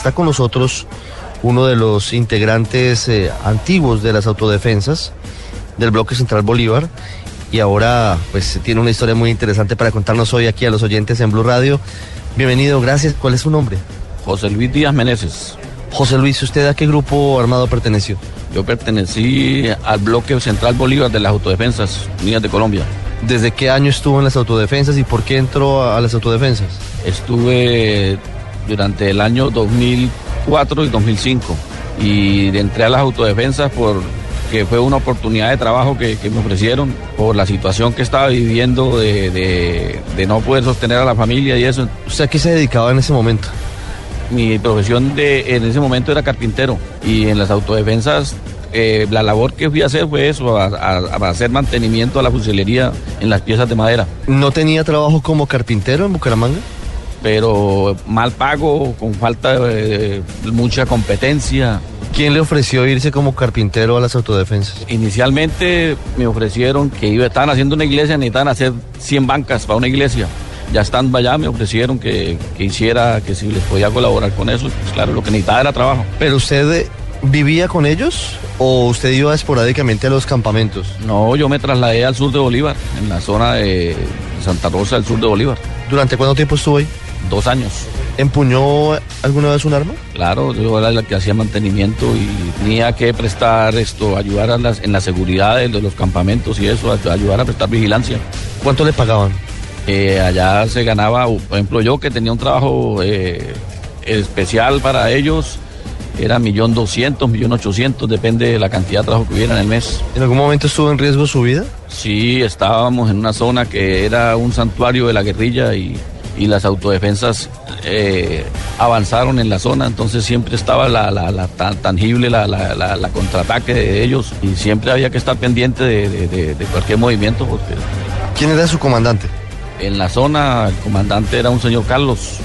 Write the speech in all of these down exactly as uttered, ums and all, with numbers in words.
está con nosotros uno de los integrantes eh, antiguos de las autodefensas del Bloque Central Bolívar, y ahora pues tiene una historia muy interesante para contarnos hoy aquí a los oyentes en Blue Radio. Bienvenido, gracias. ¿Cuál es su nombre? José Luis Díaz Meneses. José Luis, ¿usted a qué grupo armado perteneció? Yo pertenecí al Bloque Central Bolívar de las Autodefensas Unidas de Colombia. ¿Desde qué año estuvo en las autodefensas y por qué entró a, a las autodefensas? Estuve durante el año dos mil cuatro y dos mil cinco y entré a las autodefensas porque fue una oportunidad de trabajo que, que me ofrecieron por la situación que estaba viviendo de, de, de no poder sostener a la familia y eso. ¿Usted a qué se dedicaba en ese momento? Mi profesión de, en ese momento era carpintero, y en las autodefensas eh, la labor que fui a hacer fue eso, a, a, a hacer mantenimiento a la fusilería en las piezas de madera. ¿No tenía trabajo como carpintero en Bucaramanga? Pero mal pago, con falta de, de mucha competencia. ¿Quién le ofreció irse como carpintero a las autodefensas? Inicialmente me ofrecieron que iba, estaban haciendo una iglesia, necesitaban hacer cien bancas para una iglesia. Ya estando allá me ofrecieron que, que hiciera, que si les podía colaborar con eso. Pues claro, lo que necesitaba era trabajo. ¿Pero usted vivía con ellos o usted iba esporádicamente a los campamentos? No, yo me trasladé al sur de Bolívar, en la zona de Santa Rosa, del sur de Bolívar. ¿Durante cuánto tiempo estuvo ahí? Dos años. ¿Empuñó alguna vez un arma? Claro, yo era la que hacía mantenimiento y tenía que prestar esto, ayudar a las, en la seguridad de los campamentos y eso, ayudar a prestar vigilancia. ¿Cuánto le pagaban? Eh, allá se ganaba, por ejemplo, yo que tenía un trabajo eh, especial para ellos, era millón doscientos, millón ochocientos, depende de la cantidad de trabajo que hubiera en el mes. ¿En algún momento estuvo en riesgo su vida? Sí, estábamos en una zona que era un santuario de la guerrilla y, y las autodefensas eh, avanzaron en la zona, entonces siempre estaba la, la, la tan, tangible la, la, la, la contraataque de ellos y siempre había que estar pendiente de, de, de, de cualquier movimiento. Porque ¿quién era su comandante? En la zona el comandante era un señor Carlos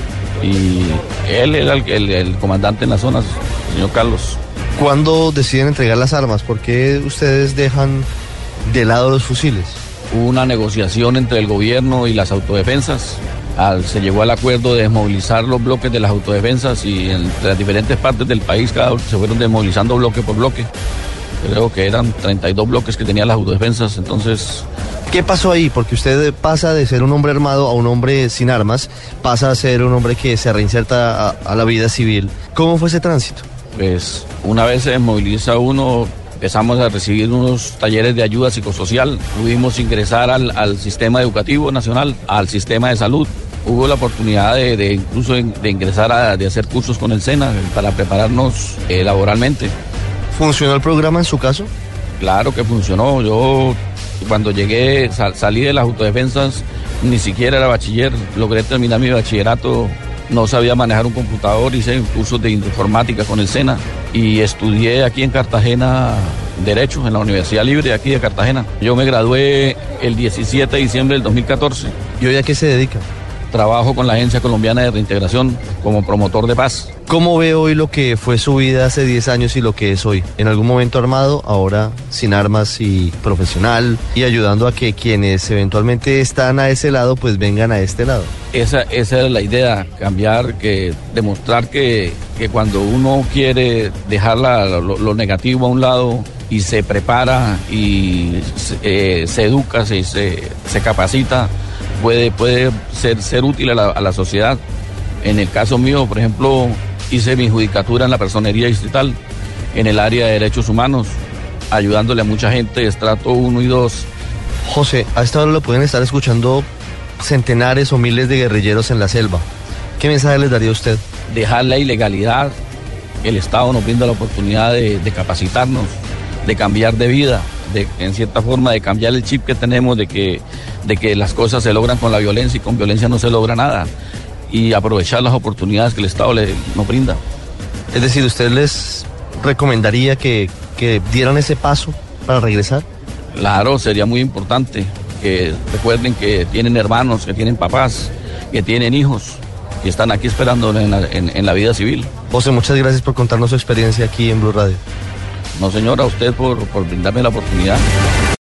y él era el, el, el comandante en la zona, señor Carlos. ¿Cuándo deciden entregar las armas? ¿Por qué ustedes dejan de lado los fusiles? Hubo una negociación entre el gobierno y las autodefensas. Al, se llegó al acuerdo de desmovilizar los bloques de las autodefensas y en las diferentes partes del país cada, se fueron desmovilizando bloque por bloque. Creo que eran treinta y dos bloques que tenían las autodefensas, entonces... ¿Qué pasó ahí? Porque usted pasa de ser un hombre armado a un hombre sin armas, pasa a ser un hombre que se reinserta a, a la vida civil. ¿Cómo fue ese tránsito? Pues una vez se desmoviliza uno, empezamos a recibir unos talleres de ayuda psicosocial, pudimos ingresar al, al sistema educativo nacional, al sistema de salud. Hubo la oportunidad de, de incluso de ingresar a de hacer cursos con el SENA para prepararnos eh, laboralmente. ¿Funcionó el programa en su caso? Claro que funcionó. Yo cuando llegué, sal, salí de las autodefensas, ni siquiera era bachiller, logré terminar mi bachillerato, no sabía manejar un computador, hice cursos de informática con el SENA y estudié aquí en Cartagena Derecho, en la Universidad Libre de aquí de Cartagena. Yo me gradué el diecisiete de diciembre del dos mil catorce. ¿Y hoy a qué se dedica? Trabajo con la Agencia Colombiana de Reintegración como promotor de paz. ¿Cómo ve hoy lo que fue su vida hace diez años y lo que es hoy? En algún momento armado, ahora sin armas y profesional, y ayudando a que quienes eventualmente están a ese lado, pues vengan a este lado. Esa, esa es la idea, cambiar, que demostrar que, que cuando uno quiere dejar la, lo, lo negativo a un lado y se prepara y eh, se educa, se, se, se capacita, puede, puede ser, ser útil a la, a la sociedad. En el caso mío, por ejemplo, hice mi judicatura en la personería distrital, en el área de derechos humanos, ayudándole a mucha gente, estrato uno y dos. José, a esta hora lo pueden estar escuchando centenares o miles de guerrilleros en la selva. ¿Qué mensaje les daría a usted? Dejar la ilegalidad. El Estado nos brinda la oportunidad de, de capacitarnos, de cambiar de vida, de, en cierta forma, de cambiar el chip que tenemos de que, de que las cosas se logran con la violencia y con violencia no se logra nada. Y aprovechar las oportunidades que el Estado le, nos brinda. Es decir, ¿usted les recomendaría que, que dieran ese paso para regresar? Claro, sería muy importante que recuerden que tienen hermanos, que tienen papás, que tienen hijos, que están aquí esperando en la, en, en la vida civil. José, muchas gracias por contarnos su experiencia aquí en Blue Radio. No, señora, a usted por, por brindarme la oportunidad.